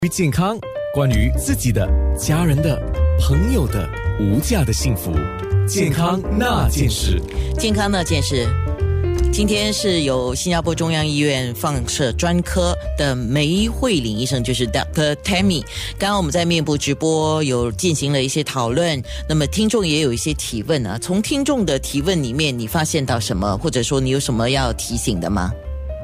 于健康，关于自己的、家人的、朋友的无价的幸福，健康那件事。 健康那件事，今天是有新加坡中央医院放射专科的梅慧玲医生，就是 Dr. Tammy。刚刚我们在面部直播有进行了一些讨论，那么听众也有一些提问啊。从听众的提问里面，你发现到什么，或者说你有什么要提醒的吗？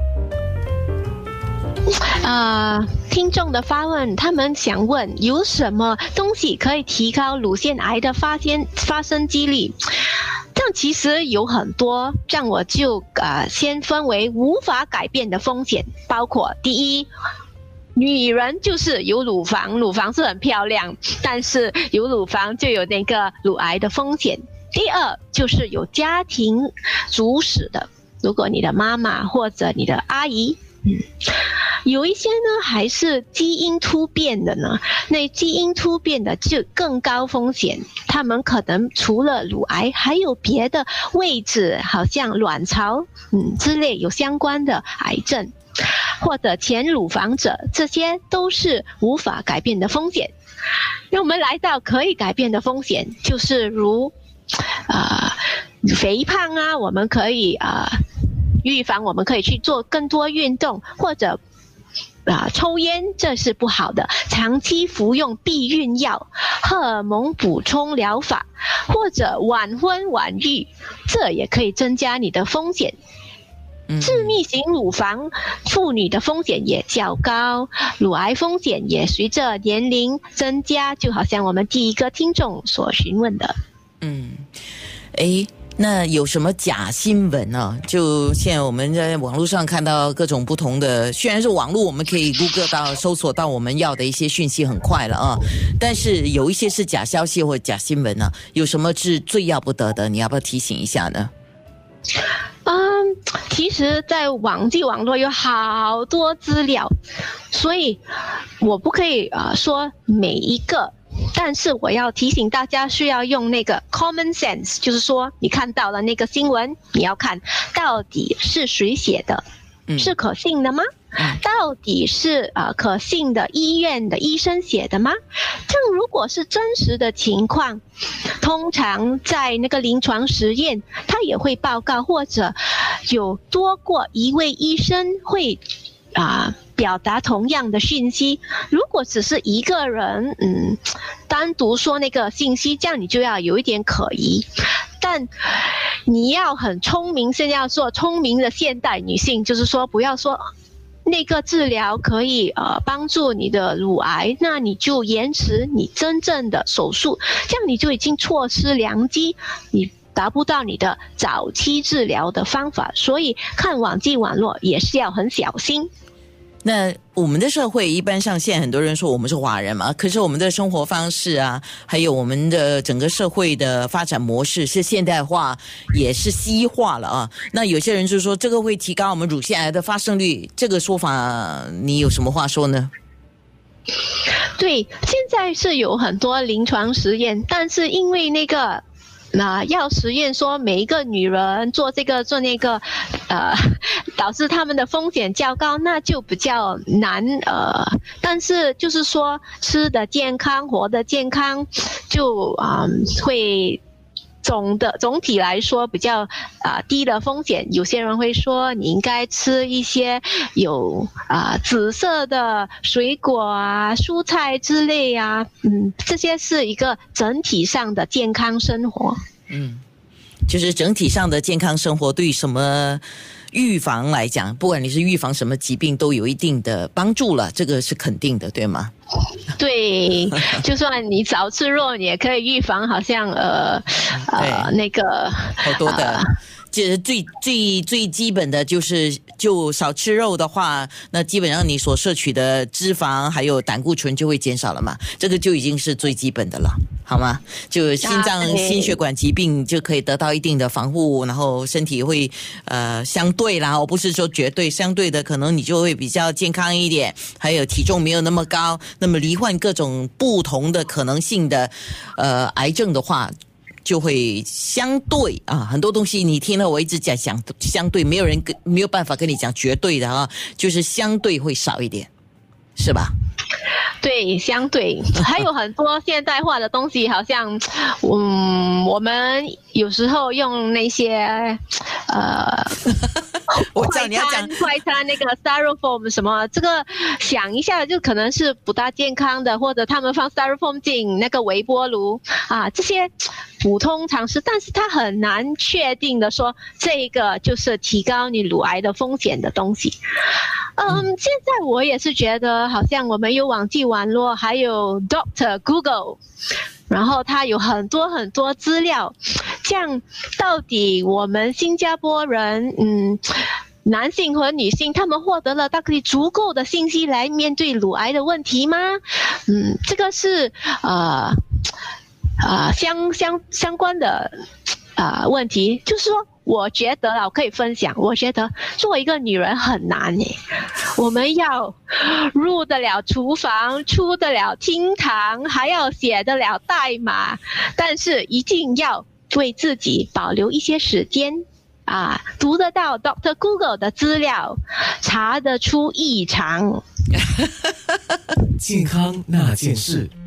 听众的发问，他们想问有什么东西可以提高乳腺癌的发生几率？但其实有很多，这样我就先分为无法改变的风险，包括第一，女人就是有乳房，乳房是很漂亮，但是有乳房就有那个乳癌的风险。第二就是有家庭主史的，如果你的妈妈或者你的阿姨，有一些呢还是基因突变的呢，那基因突变的就更高风险，他们可能除了乳癌还有别的位置，好像卵巢之类有相关的癌症，或者前乳房者，这些都是无法改变的风险。那我们来到可以改变的风险，就是如肥胖啊，我们可以预防，我们可以去做更多运动，或者抽烟，这是不好的，长期服用避孕药、荷尔蒙补充疗法，或者晚婚晚育，这也可以增加你的风险。致密型乳房妇女的风险也较高，乳癌风险也随着年龄增加，就好像我们第一个听众所询问的。 那有什么假新闻呢？就现在我们在网络上看到各种不同的，虽然是网络我们可以 Google 到搜索到我们要的一些讯息很快了啊，但是有一些是假消息或假新闻啊，有什么是最要不得的？你要不要提醒一下呢？ 其实在网络有好多资料，所以我不可以说每一个，但是我要提醒大家需要用那个 common sense， 就是说你看到了那个新闻，你要看到底是谁写的，是可信的吗？到底是可信的医院的医生写的吗？这样如果是真实的情况，通常在那个临床实验他也会报告，或者有多过一位医生会表达同样的讯息。如果只是一个人单独说那个信息，这样你就要有一点可疑。但你要很聪明，现在要做聪明的现代女性，就是说不要说那个治疗可以帮助你的乳癌，那你就延迟你真正的手术，这样你就已经错失良机，你达不到你的早期治疗的方法。所以看网络也是要很小心。 那我们的社会一般上现在很多人说我们是华人嘛，可是我们的生活方式啊，还有我们的整个社会的发展模式是现代化，也是西化了啊。那有些人就说这个会提高我们乳腺癌的发生率，这个说法你有什么话说呢？ 对，现在是有很多临床实验，但是因为那个要实验说每一个女人做这个做那个导致她们的风险较高，那就比较难但是就是说吃的健康活的健康就会总体来说比较低的风险。有些人会说你应该吃一些有紫色的水果蔬菜之类这些是一个整体上的健康生活。 就是整体上的健康生活对什么预防来讲，不管你是预防什么疾病都有一定的帮助了，这个是肯定的，对吗？对， 就算你少吃肉你也可以预防，好像那个好多的就是最基本的就少吃肉的话，那基本上你所摄取的脂肪还有胆固醇就会减少了嘛，这个就已经是最基本的了，好吗？就心脏心血管疾病就可以得到一定的防护，然后身体会相对啦，我不是说绝对，相对的可能你就会比较健康一点，还有体重没有那么高，那么罹患各种不同的可能性的癌症的话就会相对很多东西你听了我一直讲相对，没有办法跟你讲绝对的就是相对会少一点，是吧？ 对，相对还有很多现代化的东西，好像我们有时候用那些我知道你要讲快餐那个 styrofoam 什么，这个想一下就可能是不大健康的，或者他们放 styrofoam 进那个微波炉啊，这些普通常识，但是它很难确定的说这个就是提高你乳癌的风险的东西。现在我也是觉得好像我们有网际网络，还有 Dr. Google， 然后它有很多很多资料，这样到底我们新加坡人男性和女性他们获得了大概足够的信息来面对乳癌的问题吗？这个是相关的问题，就是说我觉得我可以分享，我觉得做一个女人很难耶，我们要入得了厨房，出得了厅堂，还要写得了代码，但是一定要为自己保留一些时间读得到 Dr. Google 的资料，查得出异常。 健康那件事。